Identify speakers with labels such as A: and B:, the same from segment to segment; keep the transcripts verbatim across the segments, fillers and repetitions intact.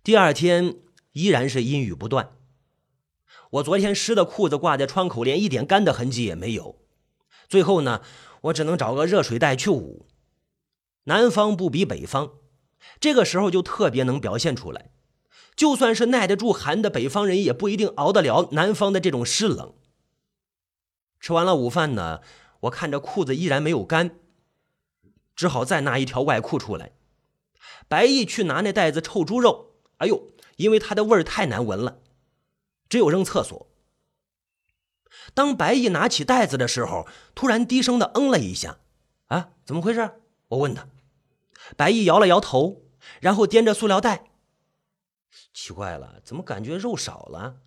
A: 第二天依然是阴雨不断，我昨天湿的裤子挂在窗口，连一点干的痕迹也没有。最后呢，我只能找个热水袋去捂。南方不比北方，这个时候就特别能表现出来。就算是耐得住寒的北方人，也不一定熬得了南方的这种湿冷。吃完了午饭呢，我看着裤子依然没有干，只好再拿一条外裤出来。白毅去拿那袋子臭猪肉，哎呦，因为它的味儿太难闻了，只有扔厕所。当白毅拿起袋子的时候，突然低声的嗯了一下。啊，怎么回事？我问他。白毅摇了摇头，然后掂着塑料袋。奇怪了，怎么感觉肉少了？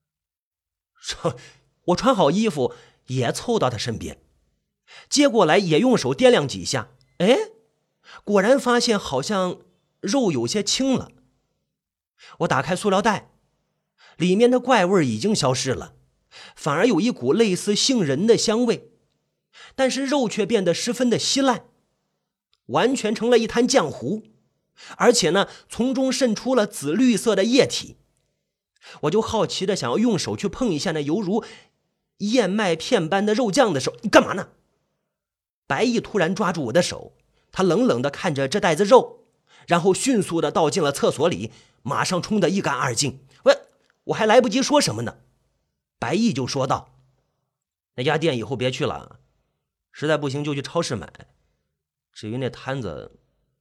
A: 我穿好衣服也凑到他身边，接过来也用手掂量几下，哎，果然发现好像肉有些轻了。我打开塑料袋，里面的怪味已经消失了，反而有一股类似杏仁的香味，但是肉却变得十分的稀烂，完全成了一滩浆糊，而且呢，从中渗出了紫绿色的液体。我就好奇的想要用手去碰一下那犹如燕麦片般的肉酱的时候，你干嘛呢？白毅突然抓住我的手，他冷冷的看着这袋子肉，然后迅速的倒进了厕所里，马上冲得一干二净。喂，我还来不及说什么呢，白毅就说道：那家店以后别去了，实在不行就去超市买。至于那摊子……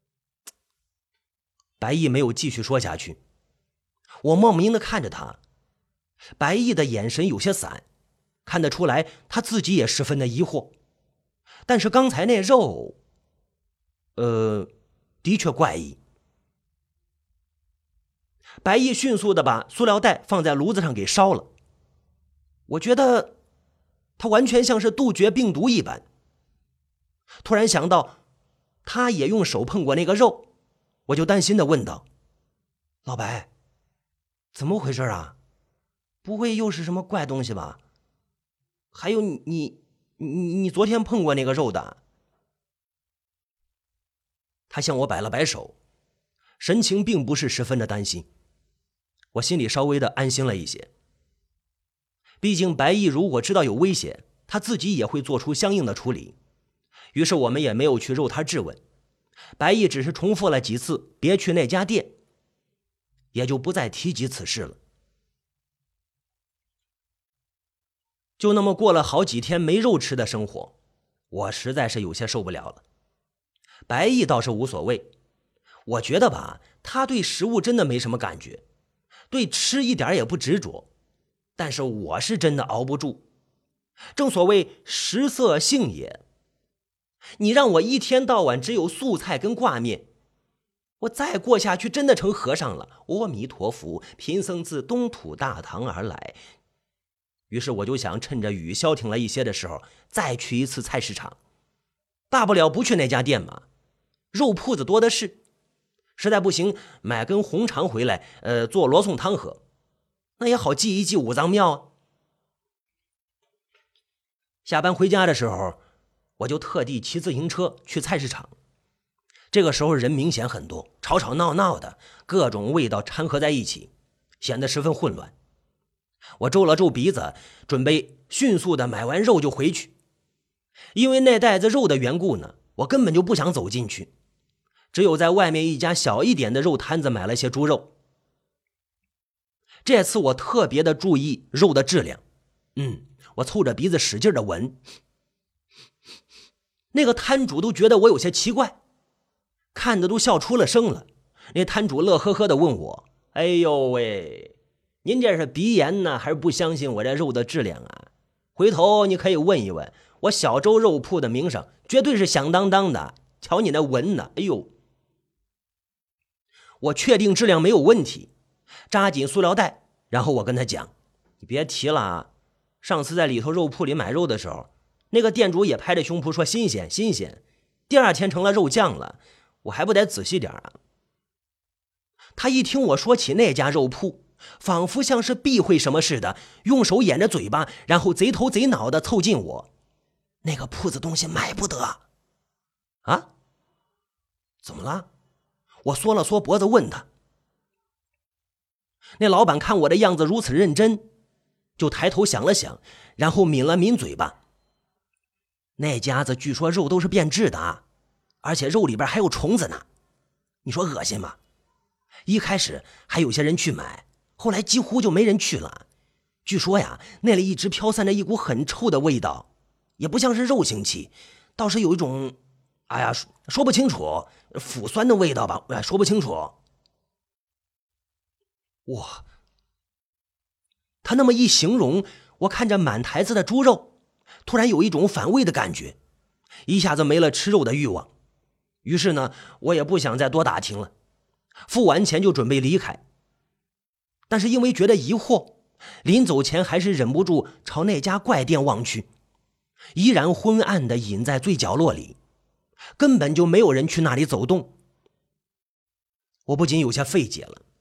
A: 白毅没有继续说下去。我冒名的看着他，白毅的眼神有些散，看得出来他自己也十分的疑惑。但是刚才那肉，呃，的确怪异。白毅迅速的把塑料袋放在炉子上给烧了。我觉得他完全像是杜绝病毒一般。突然想到他也用手碰过那个肉，我就担心的问道：老白，怎么回事啊？不会又是什么怪东西吧？还有你你你你昨天碰过那个肉的？他向我摆了摆手，神情并不是十分的担心。我心里稍微的安心了一些。毕竟白毅如果知道有危险，他自己也会做出相应的处理。于是我们也没有去肉摊质问，白毅只是重复了几次别去那家店，也就不再提及此事了。就那么过了好几天没肉吃的生活，我实在是有些受不了了。白毅倒是无所谓，我觉得吧，他对食物真的没什么感觉，对吃一点也不执着，但是我是真的熬不住。正所谓食色性也，你让我一天到晚只有素菜跟挂面，我再过下去真的成和尚了。阿弥陀佛，贫僧自东土大唐而来。于是我就想趁着雨消停了一些的时候再去一次菜市场，大不了不去那家店嘛，肉铺子多的是，实在不行买根红肠回来，呃，做罗宋汤喝，那也好祭一祭五脏庙啊。下班回家的时候，我就特地骑自行车去菜市场。这个时候人明显很多，吵吵闹闹的，各种味道掺合在一起，显得十分混乱。我皱了皱鼻子，准备迅速的买完肉就回去。因为那袋子肉的缘故呢，我根本就不想走进去，只有在外面一家小一点的肉摊子买了些猪肉。这次我特别的注意肉的质量，嗯，我凑着鼻子使劲的闻，那个摊主都觉得我有些奇怪，看得都笑出了声了。那摊主乐呵呵的问我：哎呦喂，您这是鼻炎呢，还是不相信我这肉的质量啊？回头你可以问一问我小周肉铺的名声，绝对是响当当的。瞧你那闻呢，哎呦！我确定质量没有问题，扎紧塑料袋，然后我跟他讲：你别提了啊，上次在里头肉铺里买肉的时候，那个店主也拍着胸脯说新鲜新鲜，第二天成了肉酱了，我还不得仔细点啊？他一听我说起那家肉铺，仿佛像是避讳什么似的，用手掩着嘴巴，然后贼头贼脑的凑近我：那个铺子东西买不得啊？怎么了？我缩了缩脖子问他。 那老板看我的样子如此认真，就抬头想了想，然后抿了抿嘴巴。那家子据说肉都是变质的啊，而且肉里边还有虫子呢，你说恶心吗？一开始还有些人去买，后来几乎就没人去了。据说呀，那里一直飘散着一股很臭的味道，也不像是肉腥气，倒是有一种，哎呀，说不清楚，腐酸的味道吧，哎，说不清楚。哇，他那么一形容，我看着满台子的猪肉，突然有一种反胃的感觉，一下子没了吃肉的欲望。于是呢，我也不想再多打听了，付完钱就准备离开。但是因为觉得疑惑，临走前还是忍不住朝那家怪店望去，依然昏暗的隐在最角落里，根本就没有人去那里走动。我不禁有些费解了，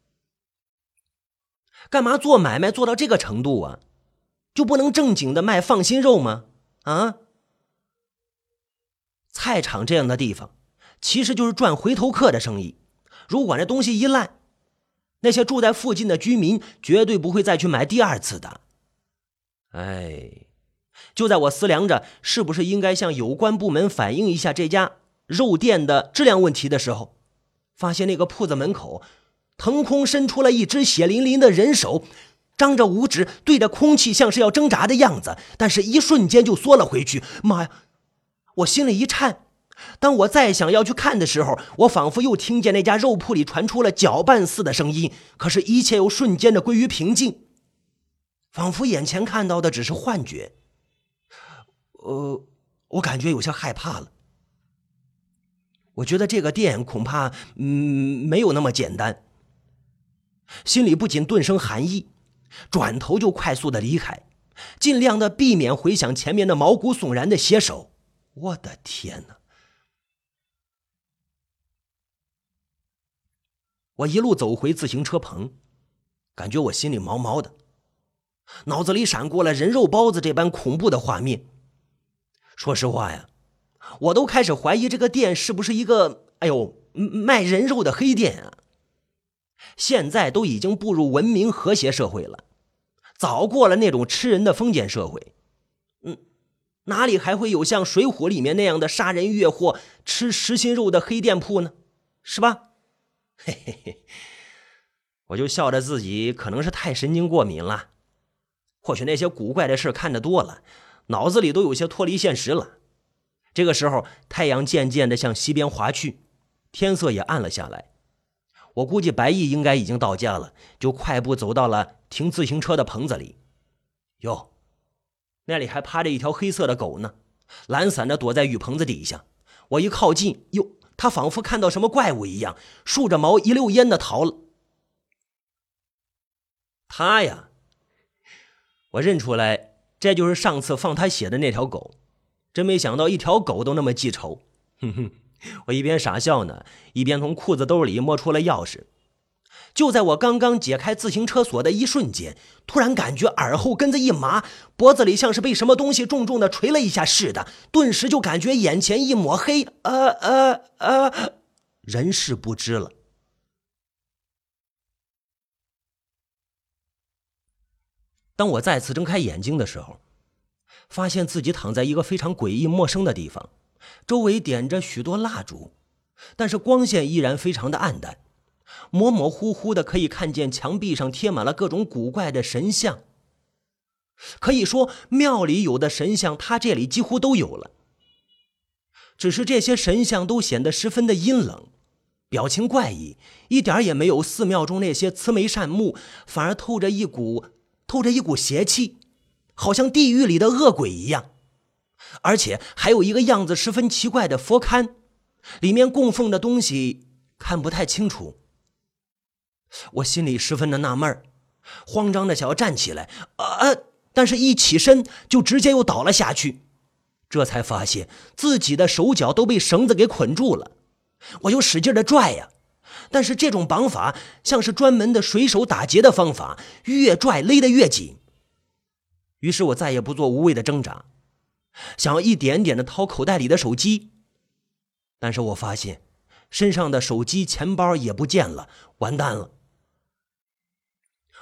A: 干嘛做买卖做到这个程度啊？就不能正经的卖放心肉吗？啊？菜场这样的地方其实就是赚回头客的生意，如果那东西一烂，那些住在附近的居民绝对不会再去买第二次的。哎，就在我思量着是不是应该向有关部门反映一下这家肉店的质量问题的时候，发现那个铺子门口腾空伸出了一只血淋淋的人手，张着五指对着空气像是要挣扎的样子，但是一瞬间就缩了回去。妈呀，我心里一颤。当我再想要去看的时候，我仿佛又听见那家肉铺里传出了搅拌似的声音，可是一切又瞬间的归于平静，仿佛眼前看到的只是幻觉。呃，我感觉有些害怕了。我觉得这个店恐怕嗯没有那么简单，心里不仅顿生寒意，转头就快速的离开，尽量的避免回想前面的毛骨悚然的写手。我的天哪！我一路走回自行车棚，感觉我心里毛毛的，脑子里闪过了人肉包子这般恐怖的画面。说实话呀，我都开始怀疑这个店是不是一个哎呦卖人肉的黑店啊！现在都已经步入文明和谐社会了，早过了那种吃人的封建社会。嗯，哪里还会有像《水浒》里面那样的杀人越货、吃实心肉的黑店铺呢？是吧？嘿嘿嘿，我就笑着自己可能是太神经过敏了，或许那些古怪的事看得多了，脑子里都有些脱离现实了。这个时候，太阳渐渐地向西边滑去，天色也暗了下来。我估计白毅应该已经到家了，就快步走到了停自行车的棚子里。哟，那里还趴着一条黑色的狗呢，懒散地躲在雨棚子底下。我一靠近，哟，他仿佛看到什么怪物一样，竖着毛一溜烟的逃了。他呀，我认出来，这就是上次放他血的那条狗。真没想到一条狗都那么记仇。哼哼，我一边傻笑呢，一边从裤子兜里摸出了钥匙。就在我刚刚解开自行车锁的一瞬间，突然感觉耳后根子一麻，脖子里像是被什么东西重重的捶了一下似的，顿时就感觉眼前一抹黑，呃呃呃，人事不知了。当我再次睁开眼睛的时候，发现自己躺在一个非常诡异陌生的地方，周围点着许多蜡烛，但是光线依然非常的暗淡，模模糊糊的可以看见墙壁上贴满了各种古怪的神像。可以说庙里有的神像他这里几乎都有了，只是这些神像都显得十分的阴冷，表情怪异，一点也没有寺庙中那些慈眉善目，反而透着一股透着一股邪气，好像地狱里的恶鬼一样。而且还有一个样子十分奇怪的佛龛，里面供奉的东西看不太清楚。我心里十分的纳闷，慌张的想要站起来，啊！但是一起身就直接又倒了下去。这才发现自己的手脚都被绳子给捆住了，我又使劲的拽呀，但是这种绑法像是专门的水手打结的方法，越拽勒得越紧。于是我再也不做无谓的挣扎，想要一点点的掏口袋里的手机，但是我发现身上的手机钱包也不见了，完蛋了。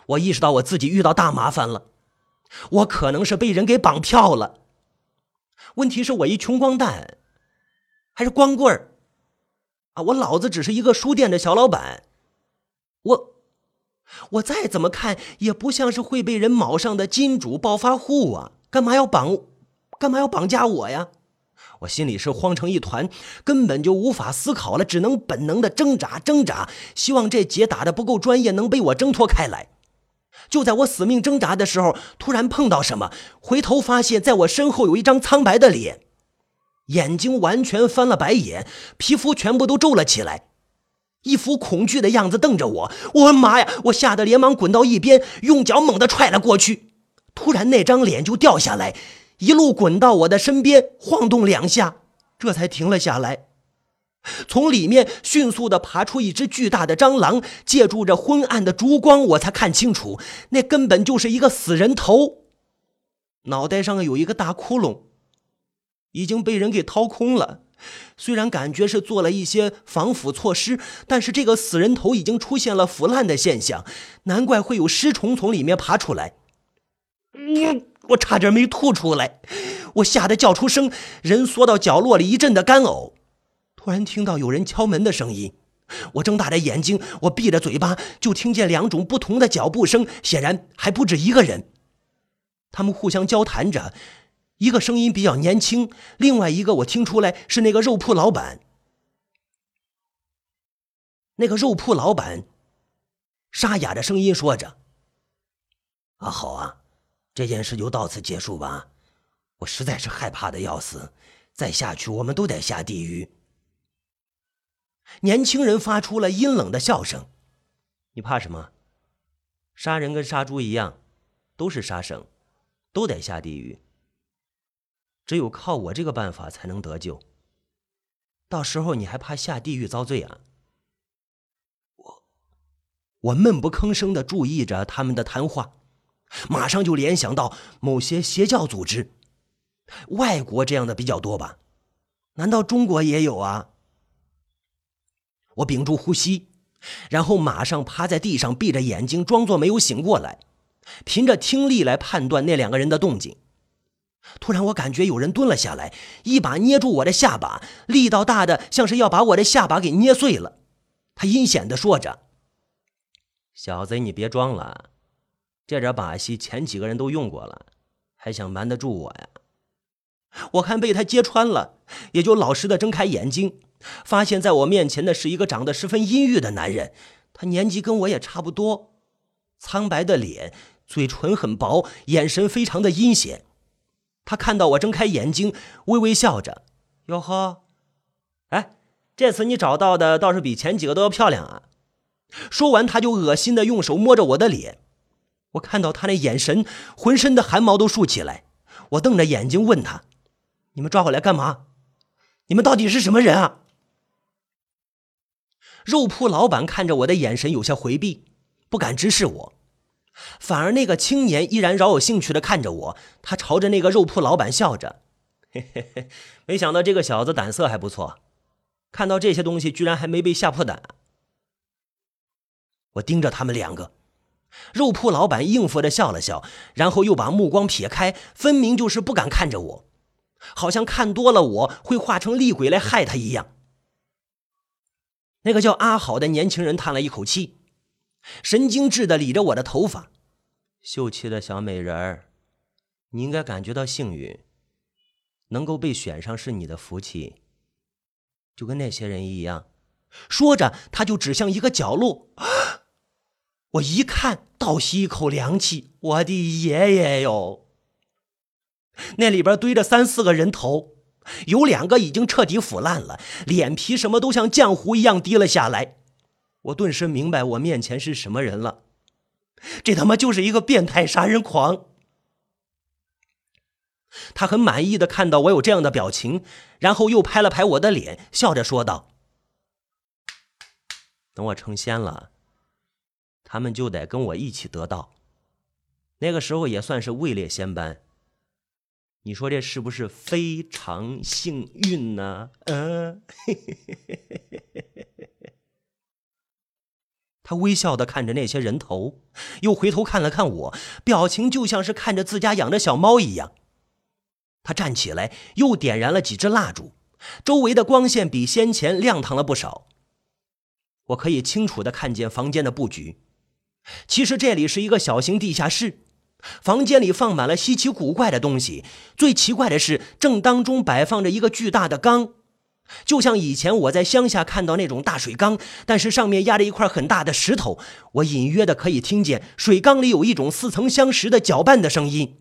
A: 我意识到我自己遇到大麻烦了，我可能是被人给绑票了。问题是我一穷光蛋，还是光棍儿啊！我老子只是一个书店的小老板，我我再怎么看也不像是会被人卯上的金主暴发户啊！干嘛要绑干嘛要绑架我呀？我心里是慌成一团，根本就无法思考了，只能本能的挣扎挣扎，希望这结打得不够专业，能被我挣脱开来。就在我死命挣扎的时候，突然碰到什么，回头发现在我身后有一张苍白的脸，眼睛完全翻了白眼，皮肤全部都皱了起来，一副恐惧的样子瞪着我。我的妈呀！我吓得连忙滚到一边，用脚猛地踹了过去。突然那张脸就掉下来，一路滚到我的身边，晃动两下，这才停了下来。从里面迅速地爬出一只巨大的蟑螂，借助着昏暗的烛光，我才看清楚，那根本就是一个死人头，脑袋上有一个大窟窿，已经被人给掏空了。虽然感觉是做了一些防腐措施，但是这个死人头已经出现了腐烂的现象，难怪会有尸虫从里面爬出来。嗯，我差点没吐出来，我吓得叫出声，人缩到角落里一阵的干呕。突然听到有人敲门的声音，我睁大着眼睛，我闭着嘴巴，就听见两种不同的脚步声，显然还不止一个人。他们互相交谈着，一个声音比较年轻，另外一个我听出来是那个肉铺老板。那个肉铺老板沙哑的声音说着：阿好啊，这件事就到此结束吧，我实在是害怕的要死，再下去我们都得下地狱。年轻人发出了阴冷的笑声：你怕什么？杀人跟杀猪一样，都是杀生，都得下地狱。只有靠我这个办法才能得救，到时候你还怕下地狱遭罪啊？我我闷不吭声地注意着他们的谈话，马上就联想到某些邪教组织，外国这样的比较多吧？难道中国也有啊？我屏住呼吸，然后马上趴在地上，闭着眼睛，装作没有醒过来，凭着听力来判断那两个人的动静。突然我感觉有人蹲了下来，一把捏住我的下巴，力道大的像是要把我的下巴给捏碎了。他阴险地说着：小子，你别装了，这点把戏前几个人都用过了，还想瞒得住我呀？我看被他揭穿了，也就老实地睁开眼睛，发现在我面前的是一个长得十分阴郁的男人，他年纪跟我也差不多，苍白的脸，嘴唇很薄，眼神非常的阴险。他看到我睁开眼睛，微微笑着：哟呵，哎，这次你找到的倒是比前几个都要漂亮啊。说完他就恶心的用手摸着我的脸，我看到他那眼神，浑身的汗毛都竖起来。我瞪着眼睛问他：你们抓我来干嘛？你们到底是什么人啊？肉铺老板看着我的眼神有些回避，不敢直视我，反而那个青年依然饶有兴趣地看着我，他朝着那个肉铺老板笑着：嘿嘿嘿，没想到这个小子胆色还不错，看到这些东西居然还没被吓破胆。我盯着他们两个，肉铺老板应付地笑了笑，然后又把目光撇开，分明就是不敢看着我，好像看多了我会化成厉鬼来害他一样。那个叫阿好的年轻人叹了一口气，神经质地理着我的头发：秀气的小美人儿，你应该感觉到幸运，能够被选上是你的福气，就跟那些人一样。说着他就指向一个角落，我一看倒吸一口凉气，我的爷爷哟！那里边堆着三四个人头，有两个已经彻底腐烂了，脸皮什么都像浆糊一样滴了下来。我顿时明白我面前是什么人了，这他妈就是一个变态杀人狂。他很满意的看到我有这样的表情，然后又拍了拍我的脸，笑着说道：等我成仙了，他们就得跟我一起得道，那个时候也算是位列仙班。你说这是不是非常幸运呢？嗯、呃， 他微笑地看着那些人头，又回头看了看我，表情就像是看着自家养的小猫一样。他站起来，又点燃了几支蜡烛，周围的光线比先前亮堂了不少。我可以清楚地看见房间的布局。其实这里是一个小型地下室，房间里放满了稀奇古怪的东西。最奇怪的是，正当中摆放着一个巨大的缸，就像以前我在乡下看到那种大水缸，但是上面压着一块很大的石头。我隐约的可以听见水缸里有一种似曾相识的搅拌的声音。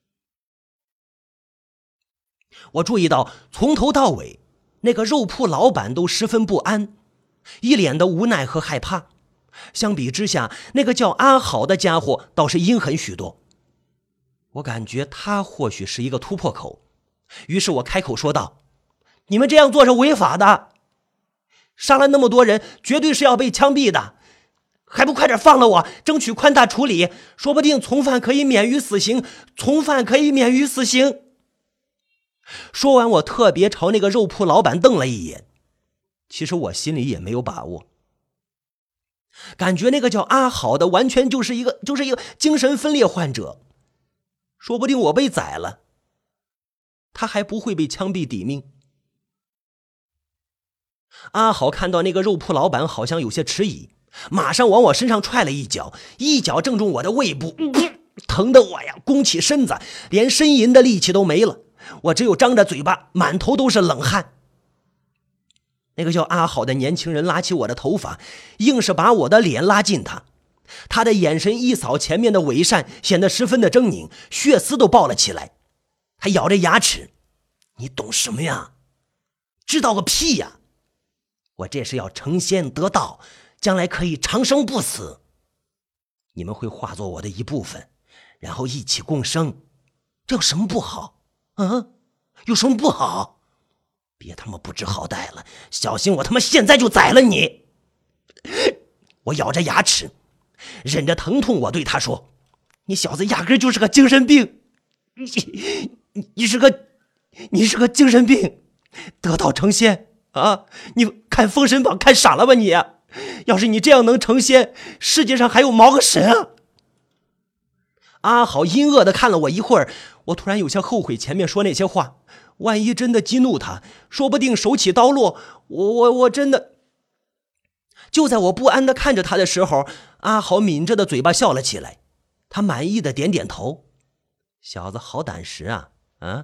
A: 我注意到从头到尾，那个肉铺老板都十分不安，一脸的无奈和害怕。相比之下，那个叫阿好的家伙倒是阴狠许多。我感觉他或许是一个突破口，于是我开口说道：你们这样做是违法的，杀了那么多人，绝对是要被枪毙的，还不快点放了我，争取宽大处理，说不定从犯可以免于死刑，从犯可以免于死刑。说完，我特别朝那个肉铺老板瞪了一眼。其实我心里也没有把握，感觉那个叫阿好的完全就是一个就是一个精神分裂患者，说不定我被宰了，他还不会被枪毙抵命。阿好看到那个肉铺老板好像有些迟疑，马上往我身上踹了一脚，一脚正中我的胃部，疼得我呀弓起身子，连呻吟的力气都没了，我只有张着嘴巴，满头都是冷汗。那个叫阿好的年轻人拉起我的头发，硬是把我的脸拉近他。他的眼神一扫前面的伪善，显得十分的狰狞，血丝都爆了起来。他咬着牙齿：你懂什么呀？知道个屁呀！我这是要成仙得道，将来可以长生不死。你们会化作我的一部分，然后一起共生，这有什么不好？啊，有什么不好？别他妈不知好歹了，小心我他妈现在就宰了你！我咬着牙齿，忍着疼痛，我对他说：你小子压根就是个精神病，你你是个你是个精神病，得道成仙啊！你看封神榜看傻了吧你？要是你这样能成仙，世界上还有毛个神啊！阿好阴恶地看了我一会儿，我突然有些后悔前面说那些话，万一真的激怒他，说不定手起刀落，我我我真的……就在我不安地看着他的时候，阿好抿着的嘴巴笑了起来，他满意的点点头：小子好胆识啊，啊，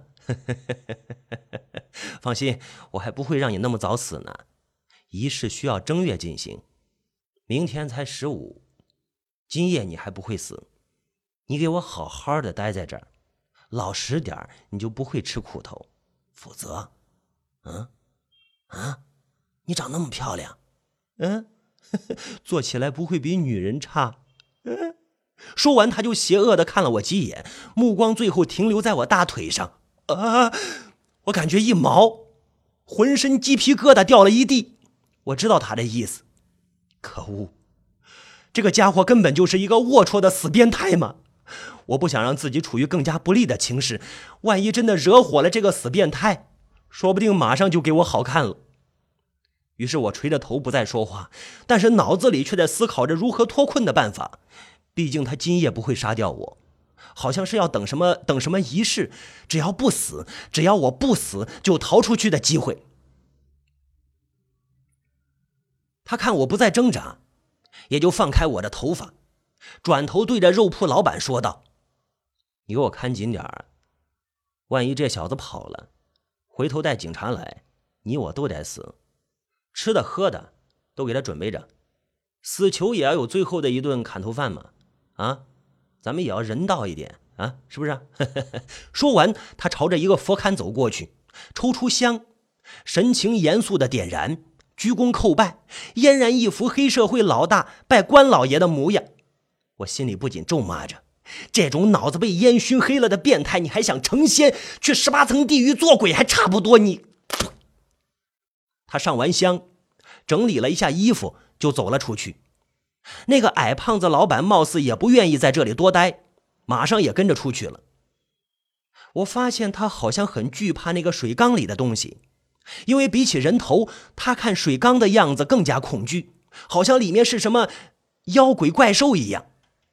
A: 放心，我还不会让你那么早死呢。仪式需要正月进行，明天才十五，今夜你还不会死。你给我好好的待在这儿，老实点你就不会吃苦头。否则，嗯，啊，你长那么漂亮，嗯，做起来不会比女人差。嗯，说完他就邪恶的看了我几眼，目光最后停留在我大腿上。啊，我感觉一毛，浑身鸡皮疙瘩掉了一地。我知道他的意思，可恶，这个家伙根本就是一个龌龊的死变态嘛！我不想让自己处于更加不利的情势，万一真的惹火了这个死变态，说不定马上就给我好看了。于是我垂着头不再说话，但是脑子里却在思考着如何脱困的办法。毕竟他今夜不会杀掉我，好像是要等什么等什么仪式，只要不死，只要我不死，就逃出去的机会。他看我不再挣扎，也就放开我的头发，转头对着肉铺老板说道：你给我看紧点儿，万一这小子跑了，回头带警察来，你我都得死。吃的喝的都给他准备着，死囚也要有最后的一顿砍头饭嘛，啊，咱们也要人道一点啊，是不是？说完，他朝着一个佛龛走过去，抽出香，神情严肃的点燃，鞠躬叩拜，俨然一副黑社会老大拜关老爷的模样。我心里不禁咒骂着，这种脑子被烟熏黑了的变态，你还想成仙，去十八层地狱做鬼还差不多。你他上完香，整理了一下衣服就走了出去。那个矮胖子老板貌似也不愿意在这里多待，马上也跟着出去了。我发现他好像很惧怕那个水缸里的东西，因为比起人头，他看水缸的样子更加恐惧，好像里面是什么妖鬼怪兽一样。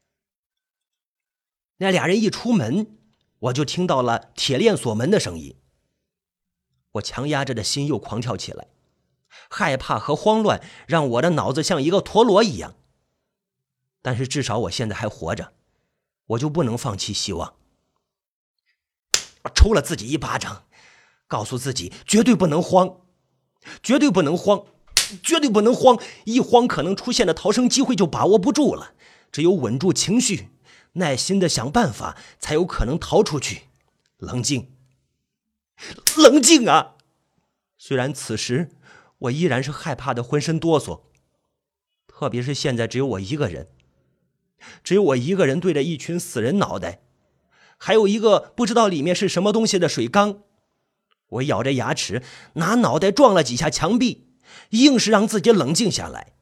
A: 那俩人一出门，我就听到了铁链锁门的声音。我强压着的心又狂跳起来，害怕和慌乱让我的脑子像一个陀螺一样。但是至少我现在还活着，我就不能放弃希望。我抽了自己一巴掌，告诉自己绝对不能慌，绝对不能慌，绝对不能慌，一慌可能出现的逃生机会就把握不住了。只有稳住情绪，耐心的想办法，才有可能逃出去。冷静，冷静啊！虽然此时我依然是害怕的浑身哆嗦，特别是现在只有我一个人，只有我一个人对着一群死人脑袋，还有一个不知道里面是什么东西的水缸。我咬着牙齿，拿脑袋撞了几下墙壁，硬是让自己冷静下来。